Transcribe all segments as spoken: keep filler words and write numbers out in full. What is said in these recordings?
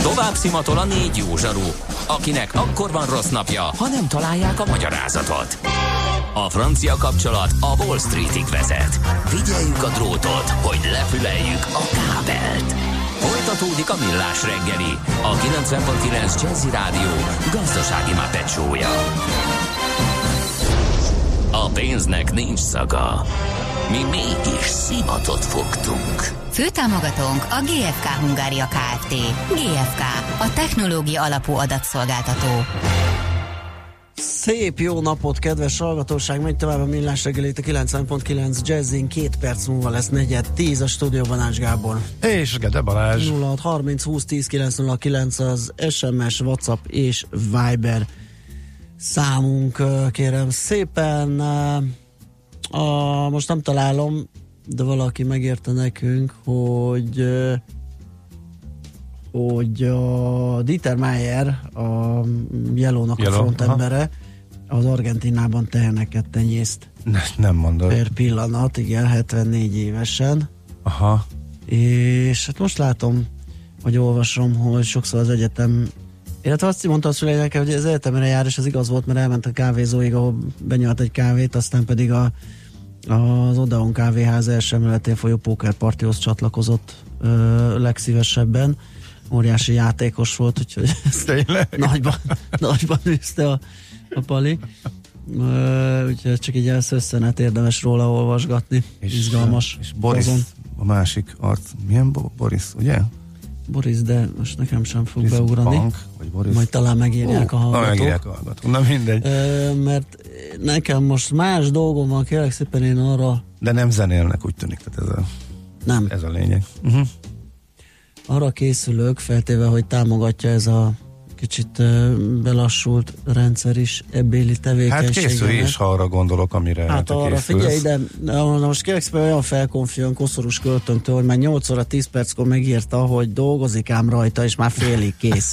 Tovább szimatol a négy jó zsaru, akinek akkor van rossz napja, ha nem találják a magyarázatot. A francia kapcsolat a Wall Streetig vezet. Figyeljük a drótot, hogy lefüleljük a kábelt. Folytatódik a Millás reggeli, a kilencven pont kilenc Jazzy Rádió gazdasági mápecsója. A pénznek nincs szaga. Mi mégis szimatot fogtunk. Főtámogatónk a gé ef ká Hungária Kft. gé ef ká, a technológia alapú adatszolgáltató. Szép jó napot, kedves hallgatóság! Megy tovább a Millás reggeli, a kilencven pont kilenc Jazzin. Két perc múlva lesz negyed tíz, a stúdióban Ács Gábor. És Gede Balázs. nulla hat harminc húsz tíz kilenc nulla kilenc az es em es, WhatsApp és Viber számunk, kérem szépen. A, most nem találom, de valaki megérte nekünk, hogy hogy a Dieter Mayer, a Yellow-nak Yellow, a frontembere, az Argentinában teherneket tenyészt. Ne, nem mondod. Per pillanat, igen, hetvennégy évesen. Aha. És hát most látom, hogy olvasom, hogy sokszor az egyetem, illetve azt mondta a szüleim, hogy az egyetemre jár, és az igaz volt, mert elment a kávézóig, ahol benyalt egy kávét, aztán pedig a, az Odeon kávéház első emeletén folyó pókerpartihoz csatlakozott ö, legszívesebben. Óriási játékos volt, úgyhogy ezt nagyban, nagyban űzte a, a Pali. Uh, úgyhogy csak így elszösszenet érdemes róla olvasgatni. És, izgalmas. És Boris, azon. A másik arc. Milyen Bo- Boris, ugye? Boris, de most nekem sem fog Boris beugrani. Bank, vagy Boris. Majd talán megírják uh, a hallgatók. Megírják a hallgatók. Na mindegy. Uh, mert nekem most más dolgom van, kérlek szépen én arra... De nem zenélnek, úgy tűnik. Tehát ez a, nem. Ez a lényeg. Uh-huh. Arra készülök, feltéve, hogy támogatja ez a kicsit uh, belassult rendszer is ebbéli tevékenységemet. Hát készül is, ha arra gondolok, amire hát arra készülsz. Figyelj, de na most kérlek szépen olyan felkonfi, olyan koszorús költőnktől, hogy már nyolc óra tíz perckor megírta, hogy dolgozik ám rajta, és már félig kész.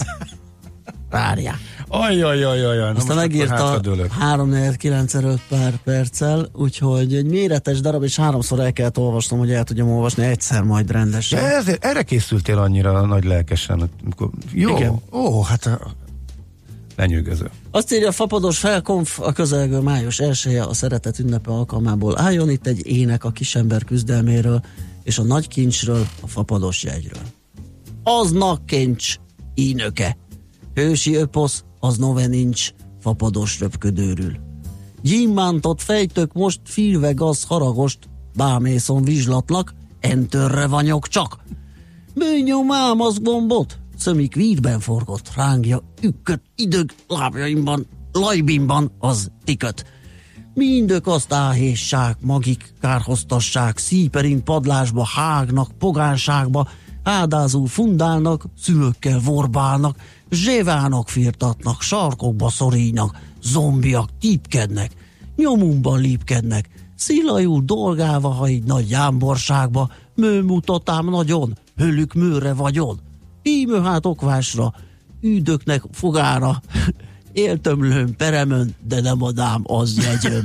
Várjál. Ajjajajajaj. Aztán megírta három negyven kilenc előtt pár perccel, úgyhogy egy méretes darab, és háromszor el kellett olvasnom, hogy el tudjam olvasni egyszer majd rendesen. De ezért, erre készültél annyira nagy lelkesen. Jó, igen. Ó, hát lenyűgöző. Azt írja a Fapados Felkonf, a közelgő május elsője a szeretet ünnepe alkalmából álljon itt egy ének a kisember küzdelméről, és a nagy kincsről, a Fapados jegyről. Az nakkincs, ínöke. Hősi öposz, az nove nincs, Fapados röpködőrül. Gyímántot fejtök most, filve gaz haragost, bámészon vizslatnak, entörre vagyok csak. Bőnyom ám az gombot, szömik vírben forgott, rángja, ükköt, idög, lábjaimban, lajbimban az tiköt. Mindök azt áhésság, magik kárhoztasság, szíperint padlásba hágnak, pogánságba, ádázul fundálnak, szülökkel vorbálnak, zsévánok firtatnak, sarkokba szoríjnak, zombiak típkednek, nyomumban lépkednek, szilajul dolgálva, ha így nagy jámborságba, mőmutatám nagyon, hölük mőre vagyon. Íme hát okvásra, üdöknek fogára, éltömlőm peremön, de nem adám az jegyöm.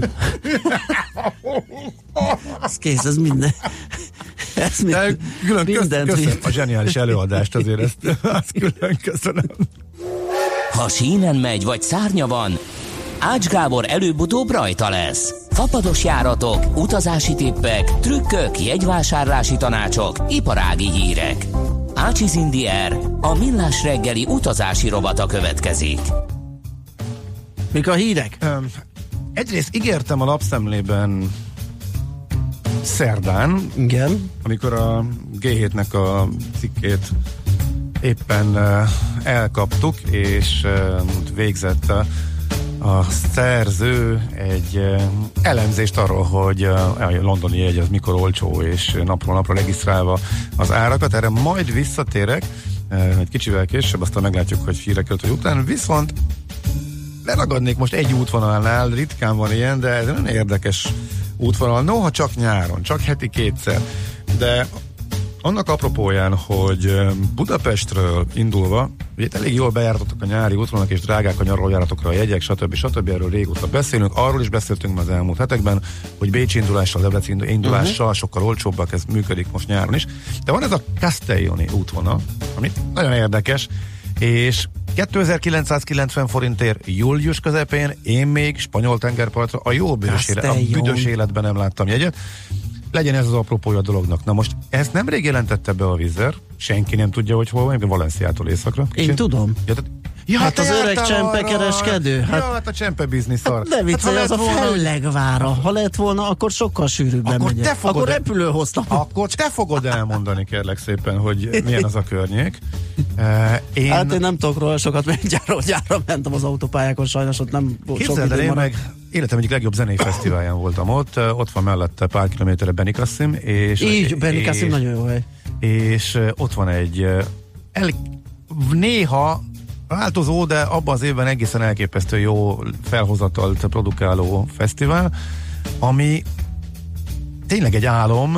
Ez kész, ez minden. Ez minden, külön mindent köszönöm vitt. A zseniális előadást, azért ezt, azt külön köszönöm. Ha sínen megy, vagy szárnya van, Ács Gábor előbb-utóbb rajta lesz. Fapados járatok, utazási tippek, trükkök, jegyvásárlási tanácsok, iparági hírek. Ácsiz Indiér, a Millás reggeli utazási rovata következik. Mik a hírek? Um, egyrészt ígértem a lapszemlében szerdán, igen, amikor a gé hétnek a cikkét éppen uh, elkaptuk, és uh, végzett a, a szerző egy uh, elemzést arról, hogy uh, a londoni jegy az mikor olcsó, és napról napra regisztrálva az árakat. Erre majd visszatérek uh, egy kicsivel később, aztán meglátjuk, hogy hírek előtt vagy után. Viszont leragadnék most egy útvonalnál, ritkán van ilyen, de ez nagyon érdekes útvonal, noha csak nyáron, csak heti kétszer, de annak apropóján, hogy Budapestről indulva, ugye elég jól bejártottak a nyári útvonalak, és drágák a nyaralójáratokra a jegyek, stb. stb. Erről régóta beszélünk, arról is beszéltünk már az elmúlt hetekben, hogy Bécsi indulással, Debrecen indulással uh-huh. sokkal olcsóbbak, ez működik most nyáron is, de van ez a Castelloni útvonal, ami nagyon érdekes, és kétezer-kilencszázkilencven forintért július közepén én még spanyol tengerpartra a jó büdös, élet, a büdös életben nem láttam jegyet. Legyen ez az apropója a dolognak. Na most ezt nemrég jelentette be a Wizz Air, senki nem tudja, hogy hol van, Valenciától északra. Én Kicsit? tudom. Ja, tehát, ja, hát az öreg csempekereskedő. Hát, ja, hát a csempe biznisz arra. De viccelj, hát, az a Fellegvára. Ha lett volna, akkor sokkal sűrűbben akkor megyek. Akkor repülő hoztam. Akkor te fogod elmondani, kérlek szépen, hogy milyen az a környék. Uh, én... Hát én nem tudok róla sokat, mert gyára, gyára mentem az autópályákon, sajnos ott nem Képzeld sok idő én meg életem egyik legjobb zenei fesztiválján voltam ott, ott van mellette pár kilométerre Benicassim, és... Így, Benicassim nagyon jó hely. És ott van egy el, néha változó, de abban az évben egészen elképesztő jó felhozatalt produkáló fesztivál, ami tényleg egy álom.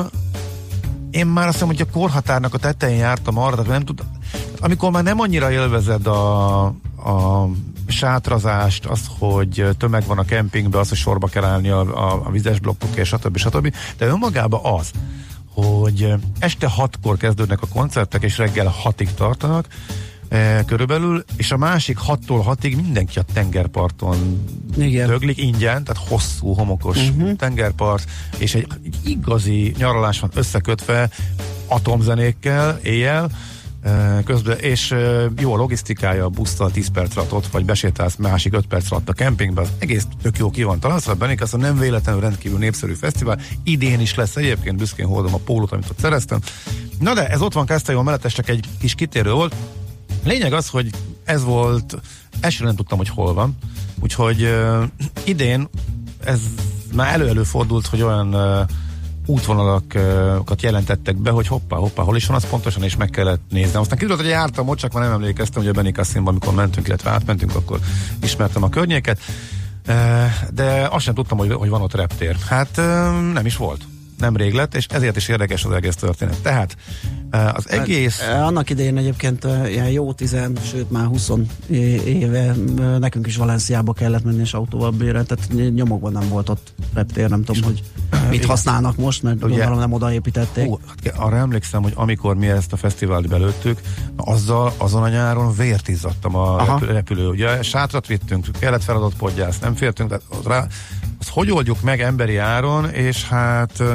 Én már azt hiszem, hogy a korhatárnak a tetején jártam arra, tehát nem tud, amikor már nem annyira élvezed a, a sátrazást, azt, hogy tömeg van a kempingben, az, hogy sorba kell állni a, a, a vizes blokkokért, stb. stb. De önmagában az, hogy este hatkor kezdődnek a koncertek, és reggel hatig tartanak, e, körülbelül, és a másik hattól hatig mindenki a tengerparton igen. döglik ingyen, tehát hosszú, homokos uh-huh. tengerpart, és egy, egy igazi nyaralás van összekötve atomzenékkel éjjel, közben, és jó a logisztikája, a busszal tíz perc alatt ott vagy, besétálsz másik öt perc alatt a kempingbe, az egész tök jó ki van találszva, Benicassim nem véletlenül rendkívül népszerű fesztivál, idén is lesz egyébként, büszkén hordom a pólót, amit ott szereztem. Na de ez ott van Castellón mellett, ez csak egy kis kitérő volt. Lényeg az, hogy ez volt, ezt sem nem tudtam, hogy hol van, úgyhogy uh, idén ez már elő-elő fordult, hogy olyan uh, útvonalakat jelentettek be, hogy hoppá, hoppá, hol is van, az pontosan is meg kellett nézni. Aztán kiderült, hogy jártam ott, csak már nem emlékeztem, hogy a Benicassimban, amikor mentünk, illetve átmentünk, akkor ismertem a környéket, de azt sem tudtam, hogy, hogy van ott reptér. Hát nem is volt. Nem rég lett, és ezért is érdekes az egész történet. Tehát az egész... Hát, annak idején egyébként ilyen jó tizen, sőt már húsz éve nekünk is Valenciába kellett menni, és autóval bérelt, tehát nyomokban nem volt ott reptér, nem tudom, hogy mit igen. használnak most, mert ugye, gondolom nem odaépítették. Ó, hát arra emlékszem, hogy amikor mi ezt a fesztivált belőttük, azzal azon a nyáron vért izzadtam a Aha. repülő. Ugye sátrat vittünk, kellett feladott podgyász, nem fértünk, tehát rá, azt hogy oldjuk meg emberi áron, és hát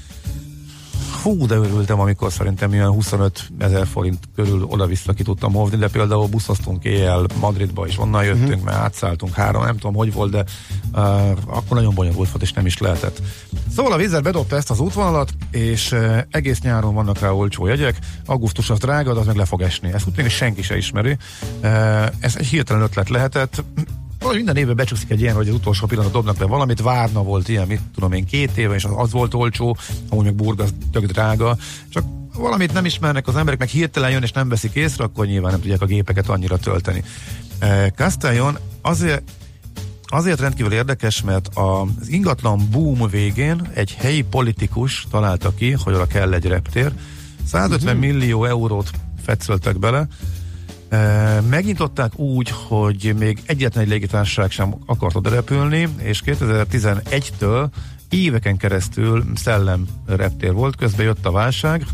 hú, de örültem, amikor szerintem ilyen huszonöt ezer forint körül oda-vissza ki tudtam hovni, de például buszoztunk éjjel Madridba, és onnan jöttünk, uh-huh. mert átszálltunk három, nem tudom, hogy volt, de uh, akkor nagyon bonyolult volt, és nem is lehetett. Szóval a Wizz Air bedobta ezt az útvonalat, és uh, egész nyáron vannak rá olcsó jegyek, augusztus az drága, de az meg le fog esni. Ezt úgy még senki se ismeri. Uh, ez egy hirtelen ötlet lehetett. Minden évben becsúszik egy ilyen, hogy az utolsó pillanat dobnak be valamit, Várna volt ilyen, mit tudom én, két éve, és az, az volt olcsó, amúgy meg Burg az tök drága, csak valamit nem ismernek az emberek, meg hirtelen jön és nem veszik észre, akkor nyilván nem tudják a gépeket annyira tölteni. Castellón azért, azért rendkívül érdekes, mert az ingatlan boom végén egy helyi politikus találta ki, hogy oda kell egy reptér, százötven uh-huh. millió eurót fetszöltek bele. Megnyitották úgy, hogy még egyetlen egy légitársaság sem akart oda repülni, és kétezer-tizenegytől éveken keresztül szellem reptér volt, közben jött a válság,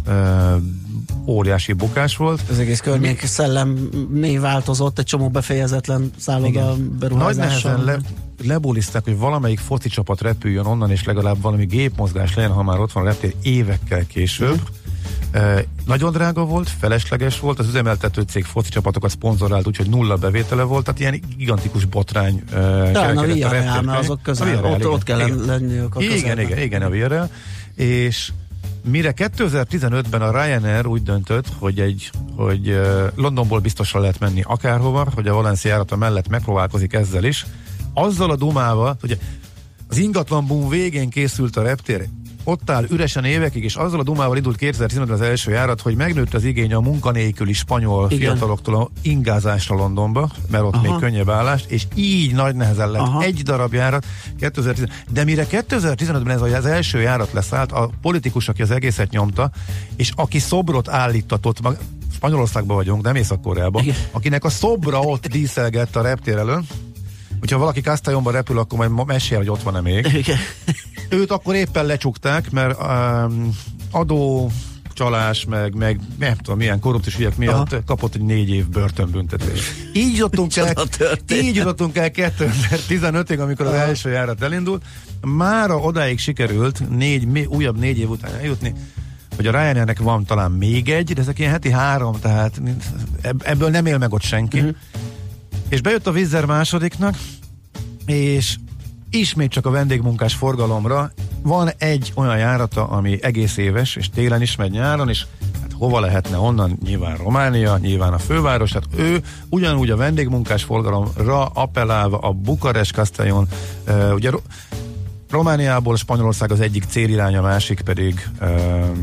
óriási bukás volt. Az egész környék szellemné változott, egy csomó befejezetlen szálloda beruházással. Nagy nehezen le, lebulizták, hogy valamelyik foci csapat repüljön onnan, és legalább valami gépmozgás legyen, ha már ott van a reptér évekkel később. Mm. Uh, nagyon drága volt, felesleges volt, az üzemeltető cég foci csapatokat szponzorált, úgyhogy nulla bevétele volt, tehát ilyen gigantikus botrány uh, kerekedett a Villarreal, mert azok közel, ott, ott kell lenniük a közelben. Igen, igen, igen, a Villarreal, és mire kétezer-tizenötben a Ryanair úgy döntött, hogy egy, hogy uh, Londonból biztosan lehet menni akárhova, hogy a Valencia járata mellett megpróbálkozik ezzel is, azzal a dumával, hogy az ingatlan boom végén készült a reptér, ott áll üresen évekig, és azzal a dumával indult kétezer-tizenötben az első járat, hogy megnőtt az igény a munkanélküli spanyol Igen. fiataloktól a ingázásra Londonba, mert ott Aha. még könnyebb állást, és így nagy nehezen lett Aha. egy darab járat kétezer-tizenöt. De mire kétezer-tizenötben ez az első járat leszállt, a politikus, aki az egészet nyomta, és aki szobrot állítatott, Spanyolországban vagyunk, nem Észak-Koreában, akinek a szobra ott díszelgett a reptér elől, hogyha valaki Castellónban repül, akkor majd mesél, hogy ott van-e még. Igen. Őt akkor éppen lecsukták, mert um, adó csalás, meg, meg nem tudom, milyen korrupciós ügyek miatt aha. kapott egy négy év börtönbüntetés. Így jutottunk el, így jutottunk el kétezer-tizenötig, amikor az első járat elindult. Mára odáig sikerült négy, újabb négy év után eljutni, hogy a Ryanairnek van talán még egy, de ezek ilyen heti három, tehát ebből nem él meg ott senki. Uh-huh. És bejött a Wizz Air másodiknak, és ismét csak a vendégmunkás forgalomra van egy olyan járata, ami egész éves, és télen is megy, nyáron is. Hát hova lehetne onnan? Nyilván Románia, nyilván a főváros. Tehát ő ugyanúgy a vendégmunkás forgalomra appellálva a Bukarest-Castellón, uh, ugye Ro- Romániából Spanyolország az egyik célirány, a másik pedig um,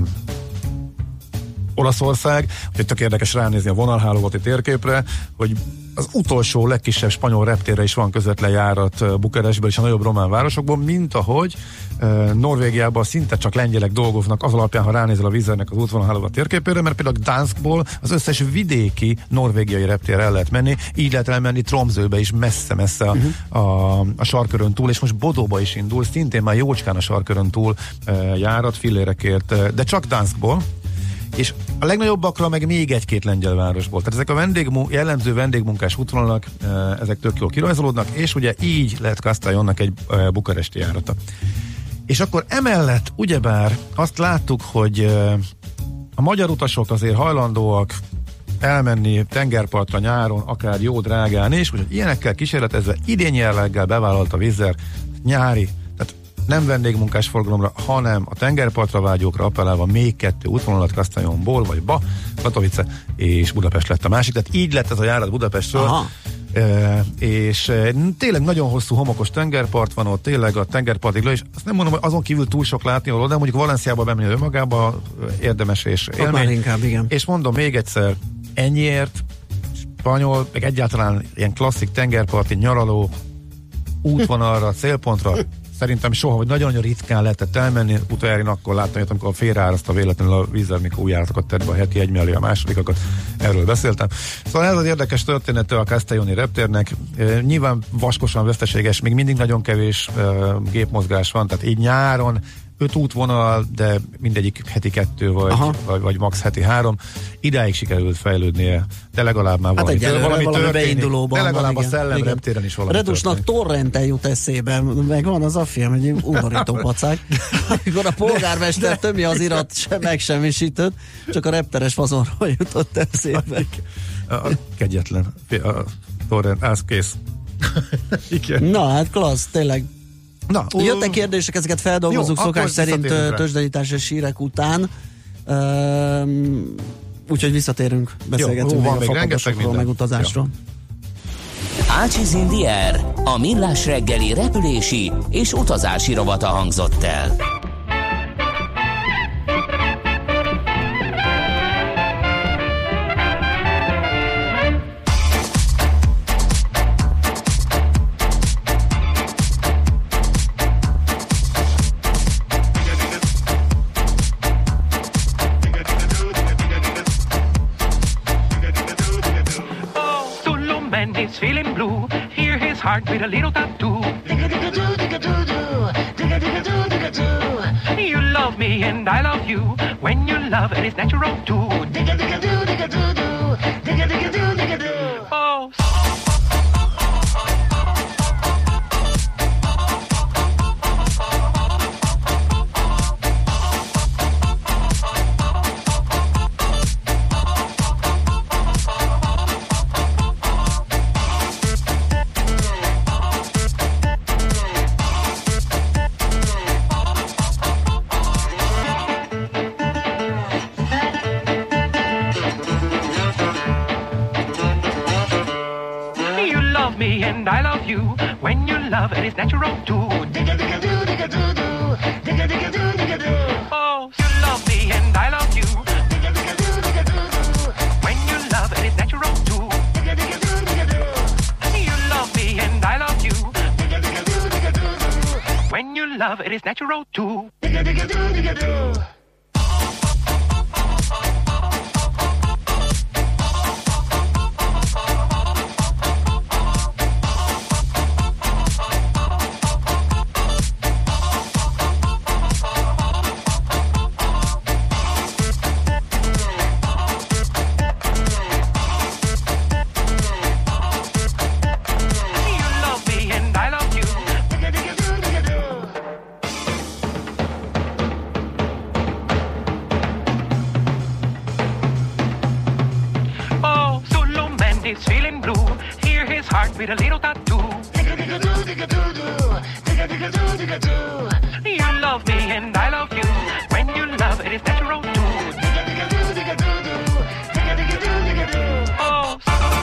Olaszország. Úgyhogy tök érdekes ránézni a vonalhálózati térképre, hogy az utolsó legkisebb spanyol reptérre is van közvetlen járat Bukarestből és a nagyobb román városokból, mint ahogy uh, Norvégiában szinte csak lengyelek dolgoznak az alapján, ha ránézel a Wizz Airnek az útvonalhálózat térképére, mert például Gdanskból az összes vidéki norvégiai reptérre el lehet menni, így lehet elmenni Tromsøbe is messze-messze uh-huh. a, a sarkörön túl, és most Bodóba is indul, szintén már jócskán a sarkörön túl uh, járat fillérekért, uh, de csak Gdanskból. És a legnagyobbakra meg még egy-két lengyel városból. Tehát ezek a vendégmun- jellemző vendégmunkás útvonalak, ezek tök jól kirajzolódnak, és ugye így lehet Castellónnak egy bukaresti járata. És akkor emellett ugyebár azt láttuk, hogy a magyar utasok azért hajlandóak elmenni tengerpartra nyáron, akár jó drágán is, hogy ilyenekkel kísérletezve idén jelleggel bevállalta Wizz Air nyári, nem vendégmunkás forgalomra, hanem a tengerpartra vágyókra appellálva még kettő útvonalat Castellónból, vagy Ba, Katowice és Budapest lett a másik. Tehát így lett ez a járat Budapestről. E, és e, tényleg nagyon hosszú homokos tengerpart van ott, tényleg a tengerpartig le, és azt nem mondom, hogy azon kívül túl sok látni való, de mondjuk Valenciába bemenni önmagába érdemes és élmény. Inkább, igen. És mondom még egyszer, ennyiért spanyol, meg egyáltalán ilyen klasszik tengerparti nyaraló útvonalra, célpontra szerintem soha, vagy nagyon-nagyon ritkán lehetett elmenni. Utoljára én akkor láttam, hogy amikor félreáraszta véletlenül a Wizz Air, mikor új járatokat tett be a heti egy mellé a másodikakat, erről beszéltem. Szóval ez az érdekes története a Castellóni reptérnek. E, nyilván vaskosan veszteséges, még mindig nagyon kevés e, gépmozgás van, tehát így nyáron öt útvonal, de mindegyik heti kettő, vagy, vagy, vagy max heti három. Idáig sikerült fejlődnie, de legalább már hát valami, valami, valami valami történik, de legalább van, a szellem igen. reptéren is valami Redusnak Torrente jut eszébe, meg van az a film, egy undorító pacák, amikor a polgármester tömi az irat sem megsemmisítőt, csak a repteres fazonról jutott eszébe. A, a kegyetlen. A Torrent, az kész. Na, hát klassz, tényleg. Na, jöttek kérdések, ezeket feldolgozunk szokás szerint tőzsdenyítási sírek után. Um, úgyhogy visszatérünk, beszélgetünk jó, ó, még a fapadosokról, meg utazásról. Ácsiz Indiér, a millás reggeli repülési és utazási rovata hangzott el. Feeling blue, hear his heart beat a little tattoo. Digga-digga-doo, digga-doo-doo, digga-digga-doo, digga-doo. You love me and I love you. When you love it is natural too. Digga-digga-doo, digga-doo-doo, digga-digga-doo, digga-doo. Oh. And I love you. When you love it is natural too. Digga-digga-doo, digga-doo-doo, digga-digga-doo, digga-doo. Oh, you love me and I love you. Digga-digga-doo, digga-doo-doo. When you love it is natural too. Digga-digga-doo, digga-doo. You love me and I love you. Digga-digga-doo, digga-doo-doo. When you love it is natural too. Digga-digga-doo, digga-doo. is feeling blue, hear his heart beat a little tattoo. Digga-digga-doo, digga-doo-doo, digga-digga-doo, digga-doo. You love me and I love you, when you love it is natural too. Digga-digga-doo, digga-doo-doo, digga-digga-doo, digga-doo. Oh,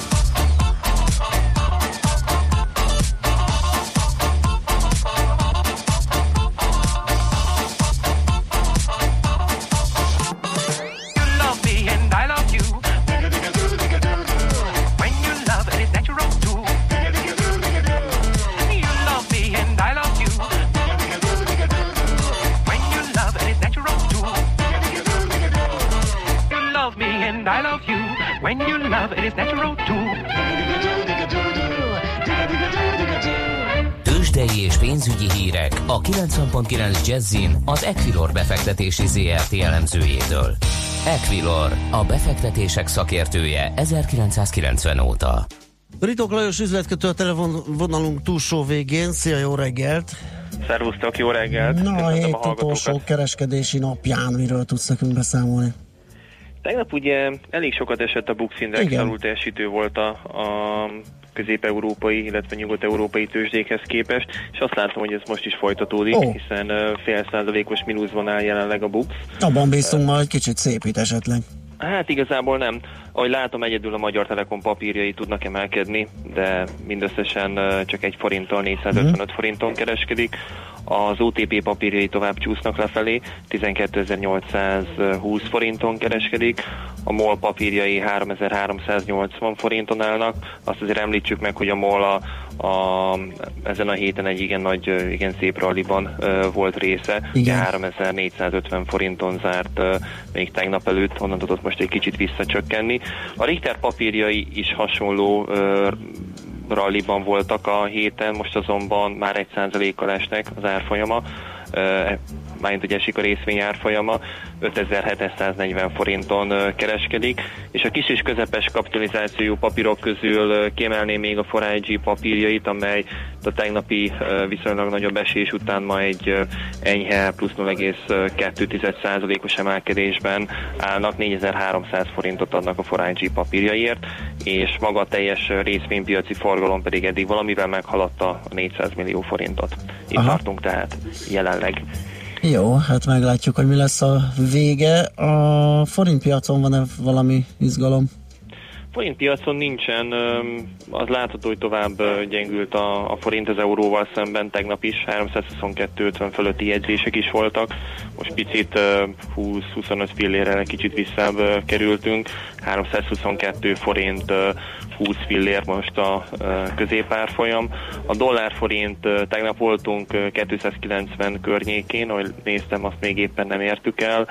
and I love you. When you love, it is natural too. Tőzsdei és pénzügyi hírek a kilencven pont kilenc Jazzin az Equilor befektetési zé er té elemzőjétől. Equilor, a befektetések szakértője ezerkilencszázkilencven óta. Ritók Lajos üzletkötő a telefonvonalunk túlsó végén. Szia, jó reggelt! Szervusztok, jó reggelt! Na, a hét utolsó kereskedési napján miről tudsz nekünk beszámolni? Tegnap ugye elég sokat esett a Bux Index, alulteljesítő volt a, a közép-európai, illetve nyugat-európai tőzsdékhez képest, és azt látom, hogy ez most is folytatódik, oh. hiszen uh, fél százalékos mínuszban áll jelenleg a Bux. Abban bíztunk majd kicsit szépít esetleg. Hát igazából nem. Ahogy látom, egyedül a Magyar Telekom papírjai tudnak emelkedni, de mindösszesen uh, csak egy forinttal, négyszázötvenöt mm. forinton kereskedik. Az o té pé papírjai tovább csúsznak lefelé, tizenkétezer-nyolcszázhúsz forinton kereskedik, a MOL papírjai háromezer-háromszáznyolcvan forinton állnak. Azt azért említsük meg, hogy a MOL a, a, ezen a héten egy igen nagy, igen szép ralliban uh, volt része, háromezer-négyszázötven forinton zárt uh, még tegnap előtt, onnan tudott most egy kicsit visszacsökkenni. A Richter papírjai is hasonló uh, ralliban voltak a héten, most azonban már egy százalékkal esnek az árfolyama, uh, mármint hogy esik a részvény árfolyama, ötezer-hétszáznegyven forinton kereskedik, és a kis és közepes kapitalizációjú papírok közül kiemelném még a négy i gé papírjait, amely a tegnapi viszonylag nagyobb esés után ma egy enyhe plusz nulla egész kettő százalékos emelkedésben állnak, négyezer-háromszáz forintot adnak a négy i gé papírjaiért, és maga a teljes részvénypiaci forgalom pedig eddig valamivel meghaladta a négyszáz millió forintot. Itt Aha. tartunk tehát jelenleg. Jó, hát meglátjuk, hogy mi lesz a vége. A forintpiacon van-e valami izgalom? Forintpiacon nincsen, az látható, hogy tovább gyengült a, a forint az euróval szemben, tegnap is háromszázhuszonkettő ötven fölötti jegyzések is voltak, most picit húsz-huszonöt fillérrel egy kicsit visszább kerültünk, háromszázhuszonkettő forint húsz fillér most a középárfolyam. A dollár-forint tegnap voltunk kétszázkilencven környékén, ahogy néztem, azt még éppen nem értük el,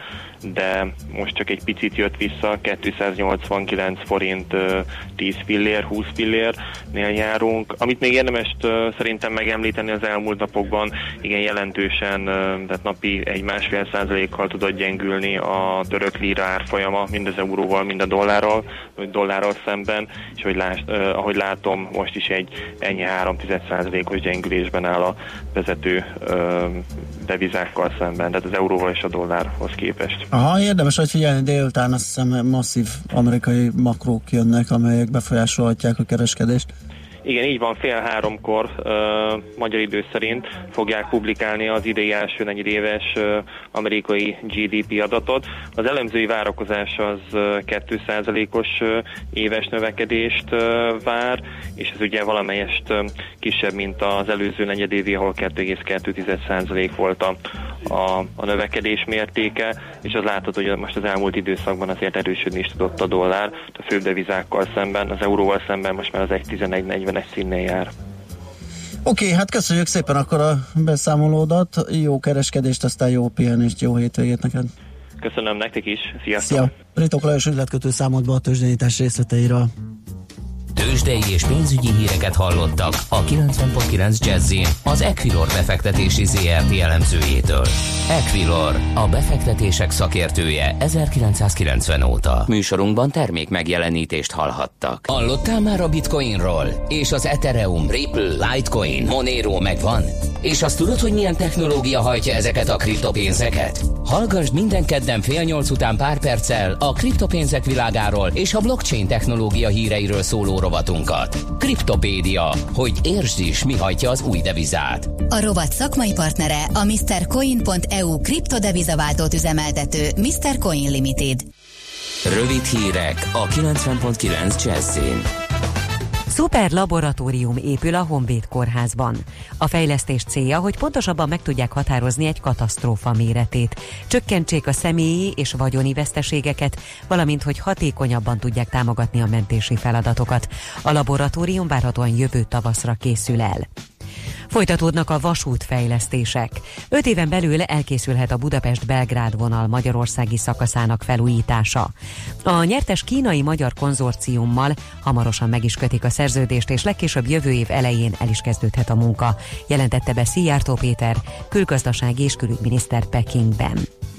de most csak egy picit jött vissza, kétszáznyolcvankilenc forint tíz fillér, húsz fillérnél járunk. Amit még érdemes szerintem megemlíteni az elmúlt napokban, igen jelentősen, tehát napi egy másfél százalékkal tudott gyengülni a török líra árfolyama, mind az euróval, mind a dollárral, vagy dollárral szemben, és hogy lát, eh, ahogy látom, most is egy ennyi három százalékos gyengülésben áll a vezető eh, devizákkal szemben, tehát az euróval és a dollárhoz képest. Aha, érdemes, hogy figyelni, délután azt hiszem masszív amerikai makrók jönnek, amelyek befolyásolhatják a kereskedést. Igen, így van, fél háromkor uh, magyar idő szerint fogják publikálni az idei első negyedéves uh, amerikai gé dé pé adatot. Az elemzői várakozás az uh, két százalékos uh, éves növekedést uh, vár, és ez ugye valamelyest uh, kisebb, mint az előző negyedévi, ahol kettő egész kettő százalék volt a, a, a növekedés mértéke, és az látható, hogy most az elmúlt időszakban azért erősödni is tudott a dollár, a főbb devizákkal szemben, az euróval szemben most már az egy tizenegy negyven színnél jár. Oké, okay, hát köszönjük szépen akkor a beszámolódat, jó kereskedést, aztán jó pihenést, jó hétvégét neked. Köszönöm nektek is, sziasztok! Szia! Ritók Lajos üzletkötő számolt be a tőzsdenyítás részleteiről. Tőzsdei és pénzügyi híreket hallottak a kilencven pont kilenc Jazzin az Equilor befektetési zé er té elemzőjétől. Equilor, a befektetések szakértője ezerkilencszázkilencven óta. Műsorunkban termék megjelenítést hallhattak. Hallottál már a Bitcoinról? És az Ethereum, Ripple, Litecoin, Monero megvan? És azt tudod, hogy milyen technológia hajtja ezeket a kriptopénzeket? Hallgassd minden kedden fél nyolc után pár perccel a kriptopénzek világáról és a blockchain technológia híreiről szóló rovatunkat. Kriptopédia, hogy értsd is, mi hajtja az új devizát. A rovat szakmai partnere a mister Coin pont e u kriptodevizaváltót üzemeltető mister Coin Limited. Rövid hírek a kilencven pont kilenc Jazzin. Szuper laboratórium épül a Honvéd kórházban. A fejlesztés célja, hogy pontosabban meg tudják határozni egy katasztrófa méretét, csökkentsék a személyi és vagyoni veszteségeket, valamint hogy hatékonyabban tudják támogatni a mentési feladatokat. A laboratórium várhatóan jövő tavaszra készül el. Folytatódnak a vasútfejlesztések. Öt éven belül elkészülhet a Budapest-Belgrád vonal magyarországi szakaszának felújítása. A nyertes kínai-magyar konzorciummal hamarosan meg is kötik a szerződést, és legkésőbb jövő év elején el is kezdődhet a munka, jelentette be Szijjártó Péter, külgazdasági és külügyminiszter Pekingben.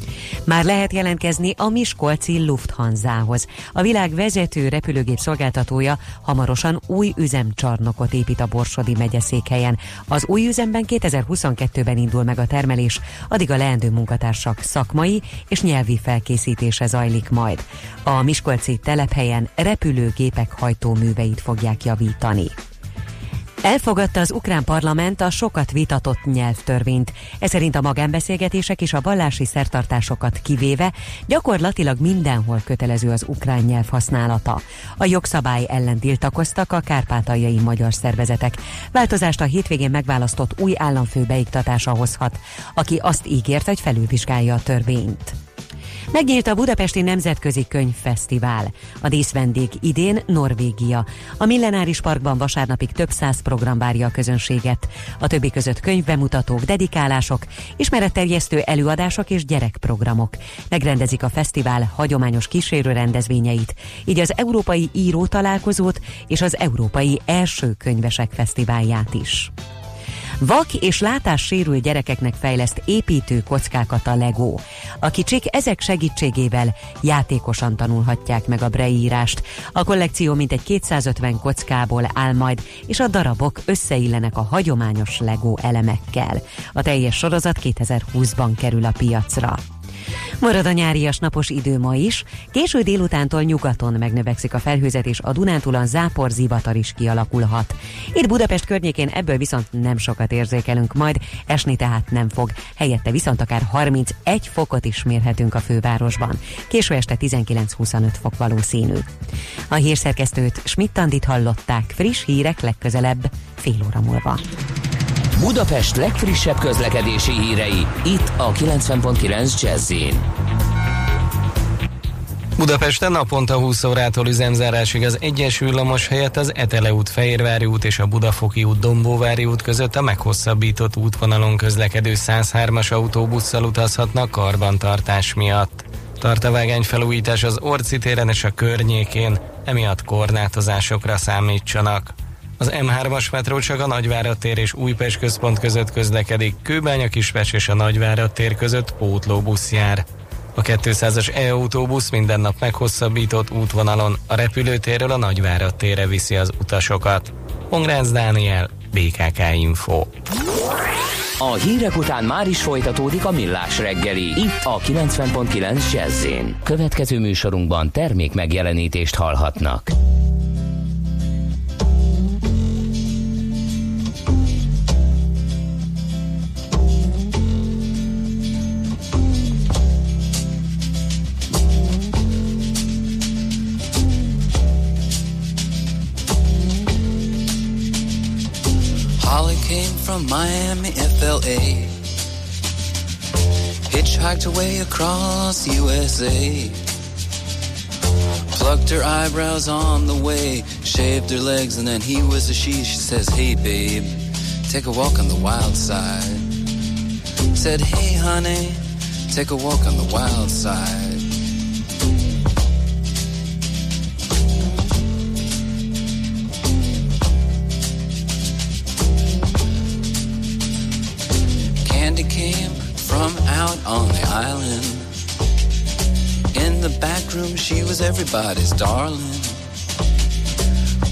Már lehet jelentkezni a miskolci Lufthansához. A világ vezető repülőgép szolgáltatója hamarosan új üzemcsarnokot épít a Borsodi megyeszékhelyen. Az új üzemben kétezer-huszonkettőben indul meg a termelés, addig a leendő munkatársak szakmai és nyelvi felkészítése zajlik majd. A miskolci telephelyen repülőgépek hajtóműveit fogják javítani. Elfogadta az ukrán parlament a sokat vitatott nyelvtörvényt. Ez szerint a magánbeszélgetések és a vallási szertartásokat kivéve gyakorlatilag mindenhol kötelező az ukrán nyelv használata. A jogszabály ellen tiltakoztak a kárpátaljai magyar szervezetek. Változást a hétvégén megválasztott új államfő beiktatása hozhat, aki azt ígért, hogy felülvizsgálja a törvényt. Megnyílt a Budapesti Nemzetközi Könyvfesztivál. A díszvendég idén Norvégia. A Millenáris Parkban vasárnapig több száz program várja a közönséget. A többi között könyvbemutatók, dedikálások, ismeretterjesztő előadások és gyerekprogramok. Megrendezik a fesztivál hagyományos kísérő rendezvényeit, így az Európai Író Találkozót és az Európai Első Könyvesek Fesztiválját is. Vak és látássérült gyerekeknek fejleszt építő kockákat a Lego. A kicsik ezek segítségével játékosan tanulhatják meg a braille írást. A kollekció mintegy kétszázötven kockából áll majd, és a darabok összeillenek a hagyományos Lego elemekkel. A teljes sorozat kétezer-húszban kerül a piacra. Marad a nyárias napos idő ma is, késő délutántól nyugaton megnövekszik a felhőzet, és a Dunántúlon zápor zivatar is kialakulhat. Itt Budapest környékén ebből viszont nem sokat érzékelünk majd, esni tehát nem fog, helyette viszont akár harmincegy fokot is mérhetünk a fővárosban. Késő este tizenkilenc-huszonöt fok valószínű. A hírszerkesztőt, Schmidt-Andit hallották, friss hírek legközelebb fél óra múlva. Budapest legfrissebb közlekedési hírei, itt a kilencven pont kilenc Jazz-in. Budapesten naponta húsz órától üzemzárásig az egyes villamos helyett az Etele út, Fehérvári út és a Budafoki út, Dombóvári út között a meghosszabbított útvonalon közlekedő száz hármas autóbusszal utazhatnak karbantartás miatt. Tart a vágányfelújítás az Orci téren és a környékén, emiatt korlátozásokra számítsanak. Az em hármas metró csak a Nagyvárad tér és Újpest központ között közlekedik, Kőbánya-Kispest és a Nagyvárad tér között pótlóbusz jár. A kétszázas e-autóbusz minden nap meghosszabbított útvonalon a repülőtérről a Nagyvárad térre viszi az utasokat. Pongrácz Dániel, bé ká ká Info. A hírek után már is folytatódik a Millás reggeli, itt a kilencven pont kilenc Jazz-in. Következő műsorunkban termék megjelenítést hallhatnak. Holly came from Miami, F L A, hitchhiked away across U S A, plucked her eyebrows on the way, shaved her legs, and then he was a she. She says, hey babe, take a walk on the wild side. Said, hey honey, take a walk on the wild side. Candy came from out on the island. In the back room she was everybody's darling.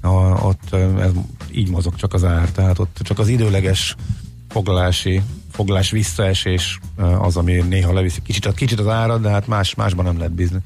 a, ott ez, így mozog csak az ár, tehát ott csak az időleges foglalási, foglalás visszaesés az, ami néha leviszi kicsit, kicsit az árat, de hát más, másban nem lehet bízni.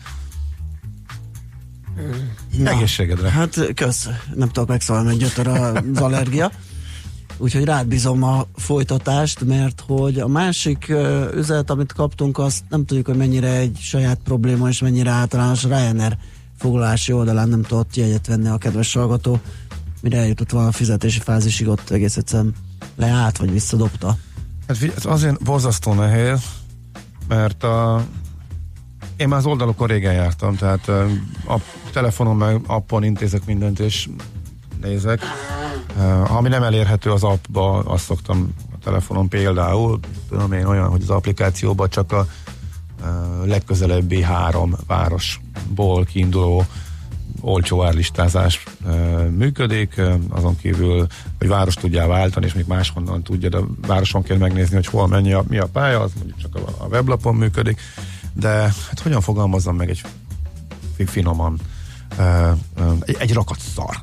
Na, egészségedre. Hát kösz, nem tudok megszólni, hogy gyötör az allergia. Úgyhogy rád bízom a folytatást, mert hogy a másik uh, üzenet, amit kaptunk, azt nem tudjuk, hogy mennyire egy saját probléma, és mennyire általános. Ryanair foglalási oldalán nem tudott jegyet venni a kedves hallgató, mire eljutott volna a fizetési fázisig, ott egész egyszerűen leállt, vagy visszadobta. Hát ez azért borzasztó nehéz, mert a én már az oldalokon régen jártam, tehát a telefonon meg appon intézek mindent, és nézek. Ami nem elérhető az appba, azt szoktam a telefonon például, tudom én olyan, hogy az applikációban csak a legközelebbi három városból kiinduló olcsó árlistázás működik, azon kívül, hogy város tudjál váltani, és még máshonnan tudja, de városon kell megnézni, hogy hol mennyi a, mi a pálya, az mondjuk csak a, a weblapon működik, de hát hogyan fogalmazzam meg egy finoman, egy, egy rakat szar.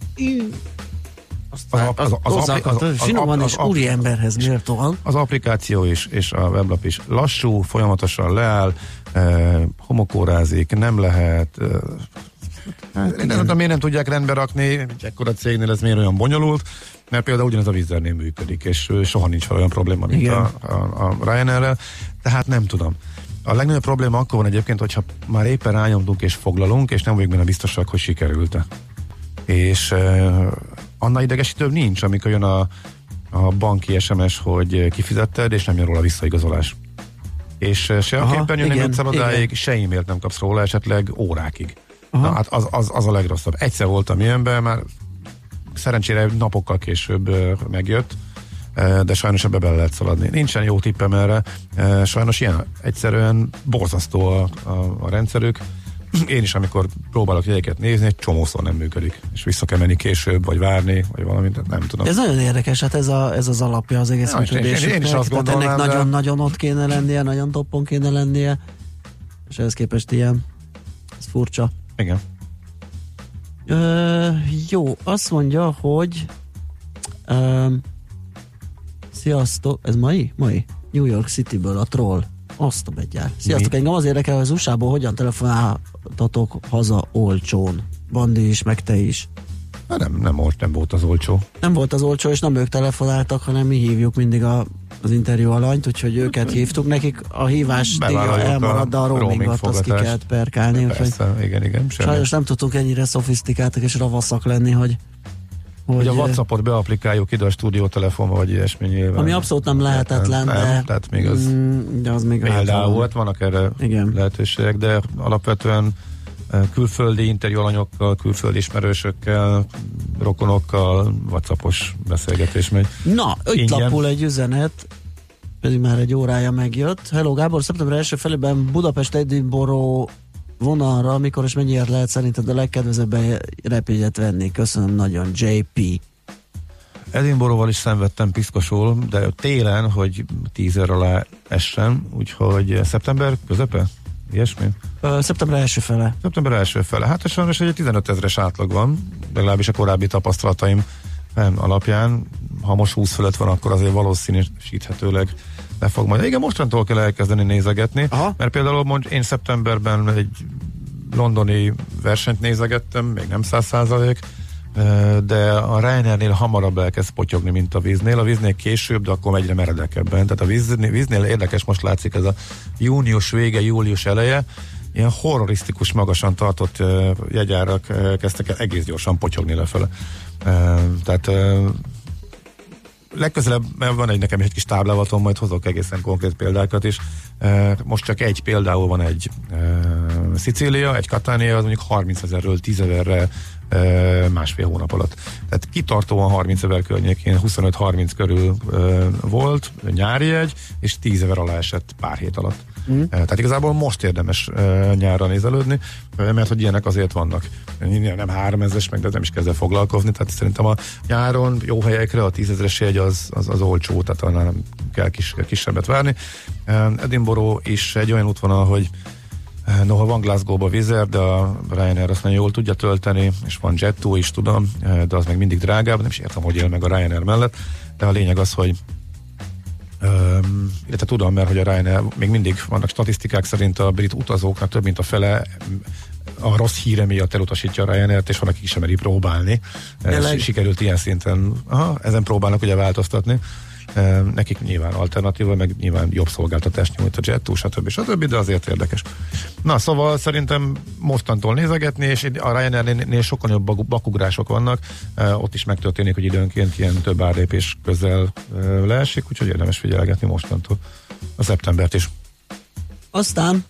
Finoman és úri emberhez méltóan. Az applikáció is, és a weblap is lassú, folyamatosan leáll, eh, homokórázik, nem lehet eh, hát, én nem tudom, miért nem tudják rendbe rakni, egy ekkora cégnél ez miért olyan bonyolult, mert például ugyanaz a Wizzernél működik, és soha nincs olyan probléma, mint a, a, a Ryanairrel, tehát nem tudom. A legnagyobb probléma akkor van egyébként, hogyha már éppen rányomtunk és foglalunk, és nem vagyunk benne biztosak, hogy sikerült-e. És eh, annál idegesítőbb nincs, amikor jön a, a banki es em es, hogy kifizetted, és nem jön róla visszaigazolás. És se a képernyőn nem jutsz el odáig, se e-mailt nem kapsz róla, esetleg órákig. Aha. Na, hát az, az, az a legrosszabb. Egyszer voltam ilyenben, már szerencsére napokkal később megjött, de sajnos ebbe bele lehet szaladni. Nincsen jó tippem erre, sajnos ilyen egyszerűen borzasztó a, a, a rendszerük. Én is, amikor próbálok jegyeket nézni, egy csomószor nem működik, és vissza kell menni később, vagy várni, vagy valamit, nem tudom. Ez nagyon érdekes, hát ez, a, ez az alapja az egész működésüknek. Én, én is azt gondolnám, ennek de... nagyon-nagyon ott kéne lennie, nagyon toppon kéne lennie, és ehhez képest ilyen. Ez furcsa. Igen. Ö, jó, azt mondja, hogy ö, sziasztok, ez mai? Mai? New York Cityből a troll. Azt a begyár. Sziasztok, engem az érdekel, hogy az u es á-ból hogyan telefonáltatok haza olcsón. Bandi is, meg te is. Hát nem, nem, volt, nem volt az olcsó. Nem volt az olcsó, és nem ők telefonáltak, hanem mi hívjuk mindig a, az interjú alanyt, úgyhogy őket hívtuk. Nekik a hívás díja elmarad, de a roamingot azt ki kellett perkálni. Persze, úgyhogy igen, igen. Sajnos nem tudtunk ennyire szofisztikáltak és ravaszak lenni, hogy Hogy, hogy a WhatsAppot beaplikáljuk ide a stúdiótelefonba, vagy ilyesmi nyilván. Ami abszolút nem lehetetlen, nem, de, nem, tehát még az, de az még például volt, vannak erre igen. lehetőségek, de alapvetően külföldi interjúalanyokkal, külföldi ismerősökkel, rokonokkal WhatsAppos beszélgetés megy. Na, öt lapul egy üzenet, pedig már egy órája megjött. Hello Gábor, szeptember első felében Budapest Edinburgh vonalra, mikor és mennyiért lehet szerinted a legkedvezőbben repjegyet venni? Köszönöm nagyon, jé pé. Edinburghval is szenvedtem piszkosul, de télen, hogy tízer alá essen, úgyhogy szeptember közepe? Ilyesmi? Ö, szeptember első fele. Szeptember első fele. Hát sajnos egy tizenöt ezres átlag van, legalábbis a korábbi tapasztalataim alapján. Ha most húsz fölött van, akkor azért valószínűsíthetőleg le fog majd. Igen, mostantól kell elkezdeni nézegetni, aha. Mert például mond, én szeptemberben egy londoni versenyt nézegettem, még nem száz százalék, de a Ryanairnél hamarabb elkezd potyogni, mint a víznél. A víznél később, de akkor egyre meredekebben. Tehát a víznél, víznél érdekes, most látszik ez a június vége, július eleje, ilyen horrorisztikus magasan tartott uh, jegyárak uh, kezdtek el egész gyorsan potyogni lefele. Uh, tehát uh, legközelebb, mert van egy nekem egy kis táblázatom, majd hozok egészen konkrét példákat is. Uh, most csak egy például van egy uh, Szicília, egy Catania, az mondjuk harmincezerről tízezerre uh, másfél hónap alatt. Tehát kitartóan harmincezer környékén, huszonöt-harminc körül uh, volt nyári jegy, és tízezer alá esett pár hét alatt. Mm. Tehát igazából most érdemes uh, nyárra nézelődni, uh, mert hogy ilyenek azért vannak. Nem háromezres, meg de nem is kezd el foglalkozni, tehát szerintem a nyáron jó helyekre a tízezres jegy az, az, az olcsó, tehát annál nem kell kis, kisebbet várni. Uh, Edinburgh is egy olyan útvonal, hogy Noha van Glasgow-ba Wizz, de a Ryanair azt nagyon jól tudja tölteni, és van Jet2 is, tudom, de az meg mindig drágább, nem is értem, hogy él meg a Ryanair mellett, de a lényeg az, hogy Um, illetve tudom, mert hogy a Ryanair még mindig vannak statisztikák szerint a brit utazóknak több mint a fele a rossz híre miatt elutasítja a Ryanair-t, és van, akik sem meri próbálni. Ez sikerült ilyen szinten, aha, ezen próbálnak ugye változtatni. Um, nekik nyilván alternatíva, meg nyilván jobb szolgáltatást nyújt a Jet2, stb. stb., de azért érdekes. Na, szóval szerintem mostantól nézegetni, és a Ryanair-nél sokkal jobb bakugrások vannak, uh, ott is megtörténik, hogy időnként ilyen több árlépés közel uh, leesik, úgyhogy érdemes figyelgetni mostantól a szeptembert is. Aztán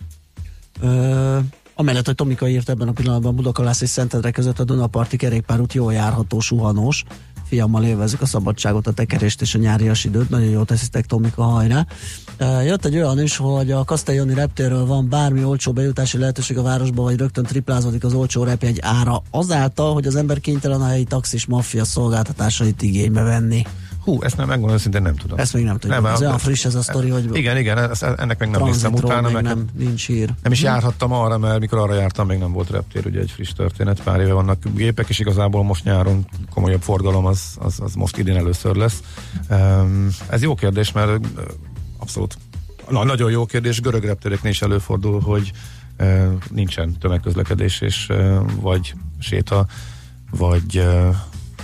uh, amellett, hogy Tomika írt ebben a pillanatban Budakalász és Szentendre között a Dunaparti kerékpárút jól járható, suhanós. Fiammal élvezik a szabadságot, a tekerést és a nyárias időt. Nagyon jól teszitek, Tomika, hajrá. Jött egy olyan is, hogy a Castelloni reptérről van bármi olcsó bejutási lehetőség a városba, vagy rögtön triplázódik az olcsó repjegy ára azáltal, hogy az ember kénytelen a helyi taxis maffia szolgáltatásait igénybe venni. Hú, ezt nem, megmondom, szintén nem tudom. Ezt még nem tudom. Ez olyan friss ez a sztori, hogy... Igen, igen, ez, ennek meg nem néztem utána. Meg nem, nincs hír. Nem is járhattam arra, mert mikor arra jártam, még nem volt reptér, ugye egy friss történet. Pár éve vannak gépek, és igazából most nyáron komolyabb forgalom, az, az, az most idén először lesz. Um, ez jó kérdés, mert abszolút na, nagyon jó kérdés. Görög reptéreknél is előfordul, hogy uh, nincsen tömegközlekedés, és uh, vagy séta, vagy... Uh,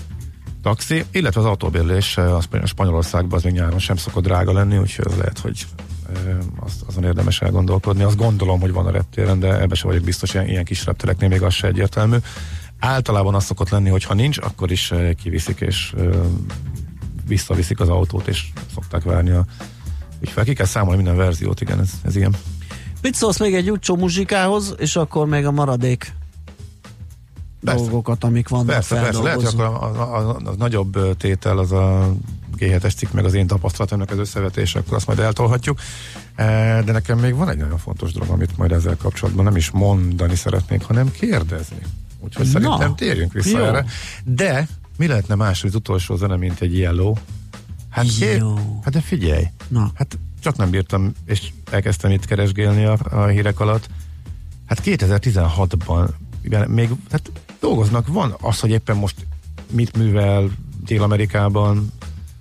taxi, illetve az autóbérlés a Spanyolországban az még nyáron sem szokott drága lenni, úgyhogy az lehet, hogy az, azon érdemes elgondolkodni. Azt gondolom, hogy van a reptéren, de ebbe sem vagyok biztos, ilyen, ilyen kis reptereknél még az se egyértelmű. Általában az szokott lenni, hogy ha nincs, akkor is kiviszik és visszaviszik az autót, és szokták várni a ügyfel. Ki kell számolni minden verziót, igen, ez, ez ilyen. Mit szólsz még egy úgycsó muzsikához, és akkor még a maradék Persze. dolgokat, amik vannak persze, persze. Lehet, hogy akkor a, a, a, a nagyobb tétel az a gé hetes cikk, meg az én tapasztalatomnak az összevetés, akkor azt majd eltolhatjuk. De nekem még van egy nagyon fontos dolog, amit majd ezzel kapcsolatban nem is mondani szeretnék, hanem kérdezni. Úgyhogy Na, szerintem térjünk vissza jó. erre. De mi lehetne más, az utolsó zene, mint egy Yellow? Hát, hát de figyelj, Na. hát csak nem bírtam, és elkezdtem itt keresgélni a, a hírek alatt. Hát kétezer-tizenhatban még hát dolgoznak, van az, hogy éppen most mit művel Dél-Amerikában,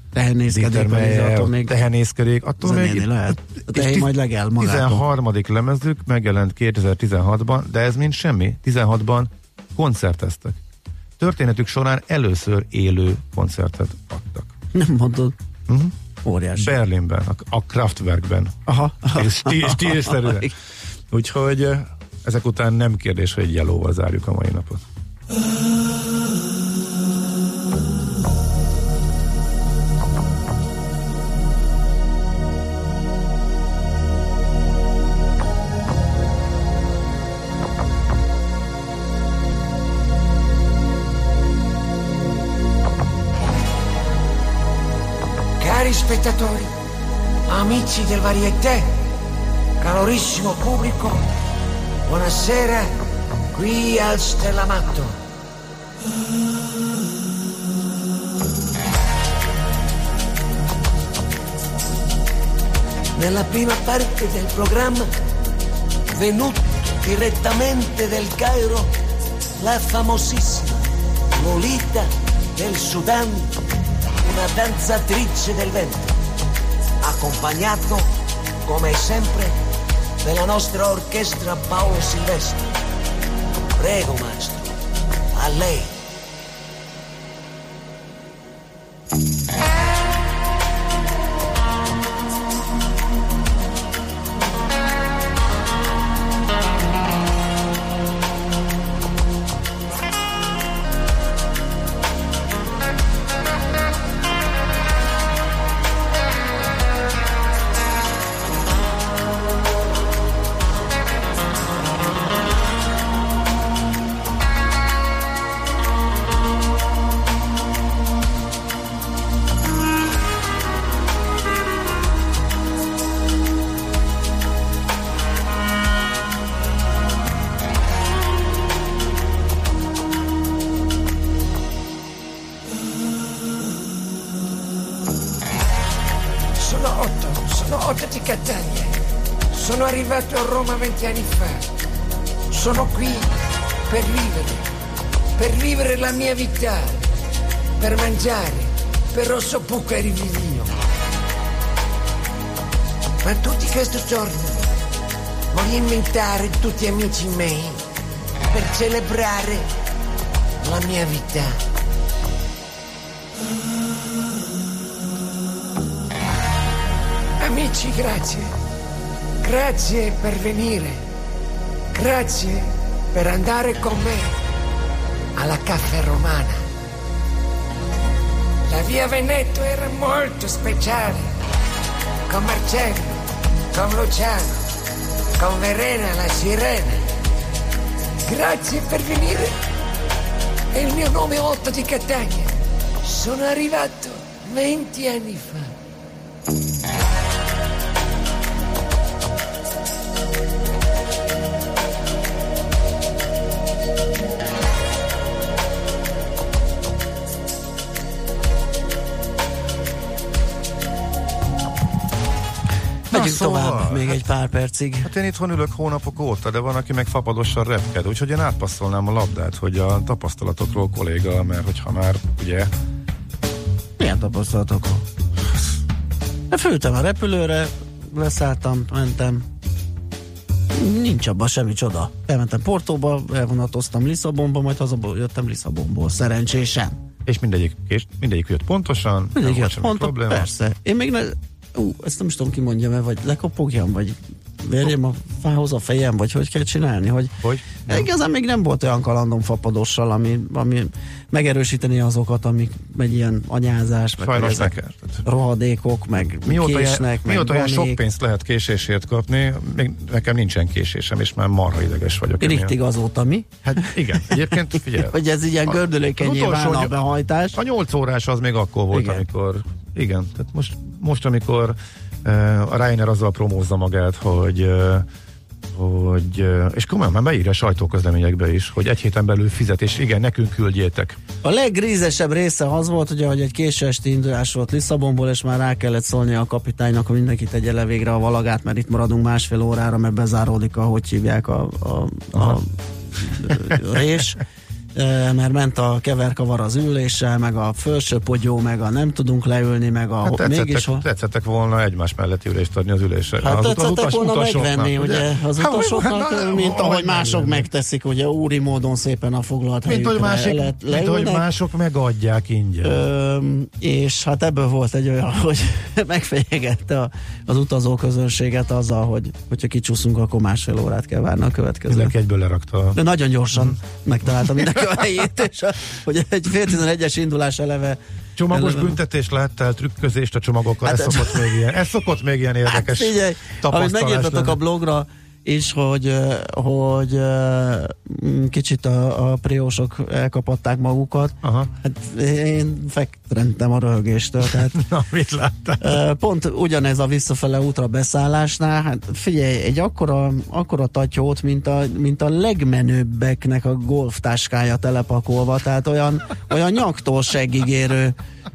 tehenészkedik, tehenészkedik, attól még lehet. A tehén majd legel magától. tizenharmadik lemezük megjelent kétezer-tizenhatban, de ez mind semmi. tizenhatban koncerteztek. Történetük során először élő koncertet adtak. Nem mondod. Uh-huh. Óriási. Berlinben, a, a Kraftwerkben. Aha. Stílszerűen. Úgyhogy ezek után nem kérdés, hogy egy Yellow-val zárjuk a mai napot. Cari spettatori, amici del Varieté, calorissimo pubblico, buonasera qui al Stellamatto. Nella prima parte del programma, venuto direttamente del Cairo, la famosissima Lolita del Sudan, una danzatrice del vento, accompagnato come sempre della nostra orchestra Paolo Silvestri. Prego, maestro, a lei. Sono arrivato a Roma venti anni fa. Sono qui per vivere, per vivere la mia vita, per mangiare, per rosso buco e rivivio. Ma tutti questi giorni voglio inventare tutti amici miei per celebrare la mia vita. Amici, grazie. Grazie per venire. Grazie per andare con me alla Caffè Romana. La via Veneto era molto speciale. Con Marcello, con Luciano, con Verena la sirena. Grazie per venire. E il mio nome è Otto di Catania. Sono arrivato venti anni fa. Megyünk szóval, tovább, még egy pár percig. Hát én itthon ülök hónapok óta, de van, aki meg fapadosan repked, úgyhogy én átpasszolnám a labdát, hogy a tapasztalatokról kolléga, mert hogyha már, ugye... Milyen tapasztalatokról? Fölültem a repülőre, leszálltam, mentem. Nincs abban semmi csoda. Elmentem Portóba, elvonatoztam Lisszabonba, majd hazaból jöttem Lisszabonból, szerencsésen. És mindegyik, és mindegyik jött pontosan? Mindegyik jött pontosan, persze. Én még ne... Ú, ezt nem is tudom, ki mondjam el, vagy lekopogjam, vagy verjem a fához a fejem, vagy hogy kell csinálni, hogy, hogy? Igazán még nem volt olyan kalandom fapadossal, ami, ami megerősíteni azokat, amik egy ilyen anyázás, meg ezek rohadékok, meg mióta késnek, ilyen, meg mióta olyan sok pénzt lehet késésért kapni, még nekem nincsen késésem, és már marha ideges vagyok. Richtig azóta mi? Hát igen, egyébként figyelj. Hogy ez ilyen gördülékenyé válna a behajtás. A nyolc órás az még akkor volt, igen. amikor igen, tehát most, most amikor uh, a Ryanair azzal promózza magát, hogy uh, hogy, uh, és komolyan már beírja a sajtóközleményekbe is, hogy egy héten belül fizet, és igen, nekünk küldjétek. A legrízesebb része az volt, ugye, hogy egy késő esti indulás volt Lisszabonból, és már rá kellett szólni a kapitánynak, hogy mindenki tegye le végre a valagát, mert itt maradunk másfél órára, mert bezáródik, ahogy hívják a, a, a, a rés. Mert ment a keverkavar az üléssel, meg a felső pogyó, meg a nem tudunk leülni, meg a... Hát tetszettek, mégis, tetszettek volna egymás melletti ülést adni az ülésre. Hát az tetszettek utas, volna utasoknak, megvenni, ugye, az hát, utasoknak, hát, mint ahogy mások megvenni. megteszik, ugye úri módon szépen a foglalt mint helyükre hogy másik, le, mint hogy mások megadják ingyen. Ö, és hát ebből volt egy olyan, hogy megfenyegette a, az utazóközönséget azzal, hogy hogyha kicsúszunk, akkor másfél órát kell várni a következő. Mindenki egyből lerakta. De nagyon gyorsan megtalálta mindenki a helyét, és a, hogy egy fél tizenegyes indulás eleve. Csomagos eleve. büntetés láttal, trükközést a csomagokkal, Hát, ez, szokott még ilyen, ez szokott még ilyen érdekes hát figyelj, amit megírtatok a blogra is, hogy, hogy kicsit a, a priósok elkapatták magukat. Aha. Hát én fektentem a röhögéstől. Tehát, na, mit láttál? Pont ugyanez a visszafele útra beszállásnál, hát figyelj, egy akkora, akkora tatyót, mint a, mint a legmenőbbeknek a golftáskája telepakolva, tehát olyan, olyan nyaktól seggigérő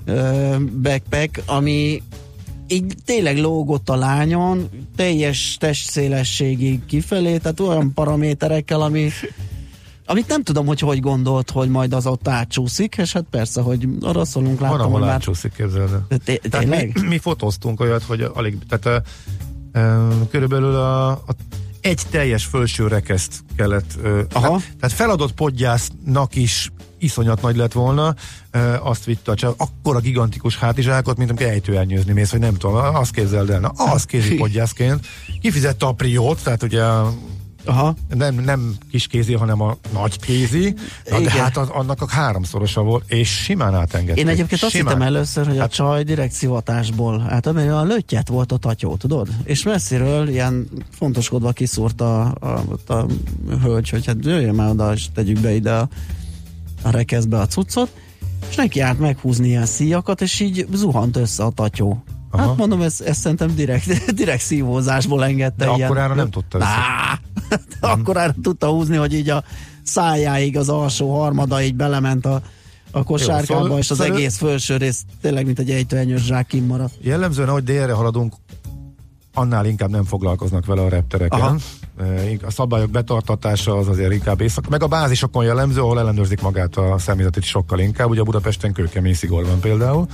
backpack, ami így tényleg lógott a lányon, teljes testszélességig kifelé, tehát olyan paraméterekkel, ami, amit nem tudom, hogy hogy gondolt, hogy majd az ott átcsúszik, és hát persze, hogy arra szólunk, láttam, van, ahol hogy már... átcsúszik, képzeld el. Té- tehát mi, mi fotóztunk olyat, hogy alig, tehát uh, uh, körülbelül a, a egy teljes felső rekeszt kellett, uh, Aha. Hát, tehát feladott podgyásznak is iszonyat nagy lett volna, e, azt vitte a család, akkora gigantikus hátizsákot, mint amikor ejtőernyőzni mész, hogy nem tudom, azt képzeld el, na, az kézipodgyászként kifizette a priót, tehát ugye Aha. Nem, nem kis kézi, hanem a nagy kézi, na, de hát az, annak a háromszorosa volt, és simán átengedték. Én egyébként azt simán. hittem először, hogy hát, a csaj direkt szivatásból, hát amely a löttyet volt a tatyó, tudod? És messziről ilyen fontoskodva kiszúrta a, a, a hölgy, hogy hát jöjjön már oda, és tegyük be ide a, a rekeszbe a cuccot, és neki állt meghúzni ilyen szíjakat, és így zuhant össze a tatyó. Aha. Hát mondom, ez, ez szerintem direkt, direkt szívózásból engedte. De ilyen. akkorára nem tudta össze. Akkorára tudta húzni, hogy így a szájáig az alsó harmada így belement a, a kosárkába, jó, szóval, és az szóval egész felső rész tényleg, mint egy ejtőernyős zsák kimaradt. Jellemzően, ahogy délre haladunk, annál inkább nem foglalkoznak vele a reptereken. Aha. A szabályok betartatása az azért inkább éjszaka, meg a bázisokon jellemző, ahol ellenőrzik magát a személyzetet sokkal inkább, ugye Budapesten kőkemény szigor van például.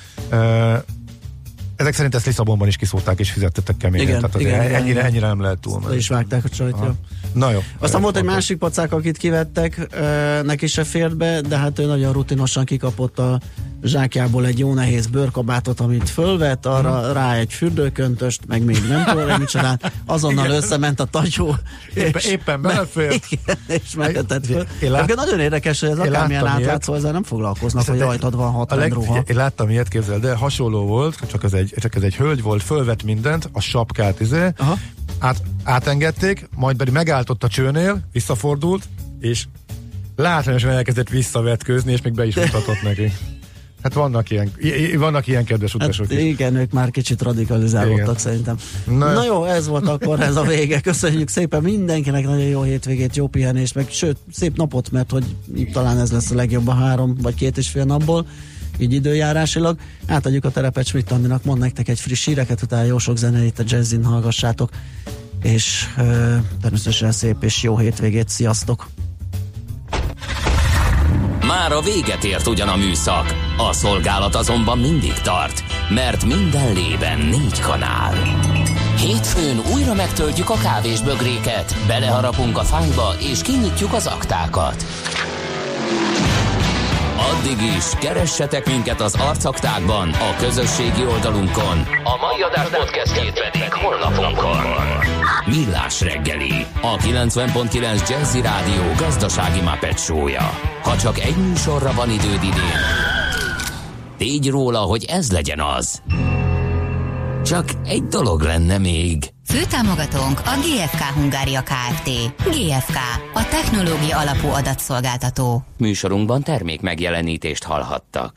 Ezek szerint ezt Lisszabonban is kiszólták és fizettettek keményen, igen, tehát azért igen, ennyire, igen. ennyire nem lehet túl. Le is vágták a csajt, jó. Na jó. Aztán volt egy másik pacák, akit kivettek, neki se fért be, de hát ő nagyon rutinosan kikapott a zsákjából egy jó nehéz bőrkabátot, amit fölvett, arra hmm. rá egy fürdőköntöst, meg még nem tudom, mit csinált, azonnal igen. összement a tagyó. Éppen, éppen belefért. Igen, és mehetett föl. Lát... Nagyon érdekes, hogy ez akármilyen átlátszó, ezzel nem foglalkoznak, hogy rajtad van hatvan ruha. Én láttam ilyet, képzel, de hasonló volt, csak ez egy, csak ez egy hölgy volt, fölvett mindent, a sapkát izé, át, átengedték, majd pedig megállt ott a csőnél, visszafordult, és látványosan elkezdett visszavetkőzni, és még be is mutatott neki. Hát vannak ilyen, vannak ilyen kedves utasok hát is. Igen, ők már kicsit radikalizálódtak igen. szerintem. Na, Na jó, ez volt akkor ez a vége. Köszönjük szépen mindenkinek, nagyon jó hétvégét, jó pihenést, meg sőt, szép napot, mert hogy talán ez lesz a legjobb a három vagy két és fél napból, így időjárásilag. Átadjuk a terepet Schmidt Andinak, mond nektek egy friss híreket, utána jó sok zenét a Jazzin hallgassátok, és ö, természetesen szép és jó hétvégét, sziasztok! Már a véget ért ugyan a műszak, a szolgálat azonban mindig tart, mert minden lében négy kanál. Hétfőn újra megtöltjük a kávésbögréket, beleharapunk a fánkba és kinyitjuk az aktákat. Addig is keressetek minket az arcaktákban, a közösségi oldalunkon, a mai adás podcastjét pedig honlapunkon. Millás reggeli, a kilencven pont kilenc Jazzy Rádió gazdasági Muppet show-ja. Ha csak egy műsorra van időd idén, tégy róla, hogy ez legyen az. Csak egy dolog lenne még. Főtámogatónk a gé ef ká Hungária Kft. gé ef ká, a technológia alapú adatszolgáltató. Műsorunkban termék megjelenítést hallhattak.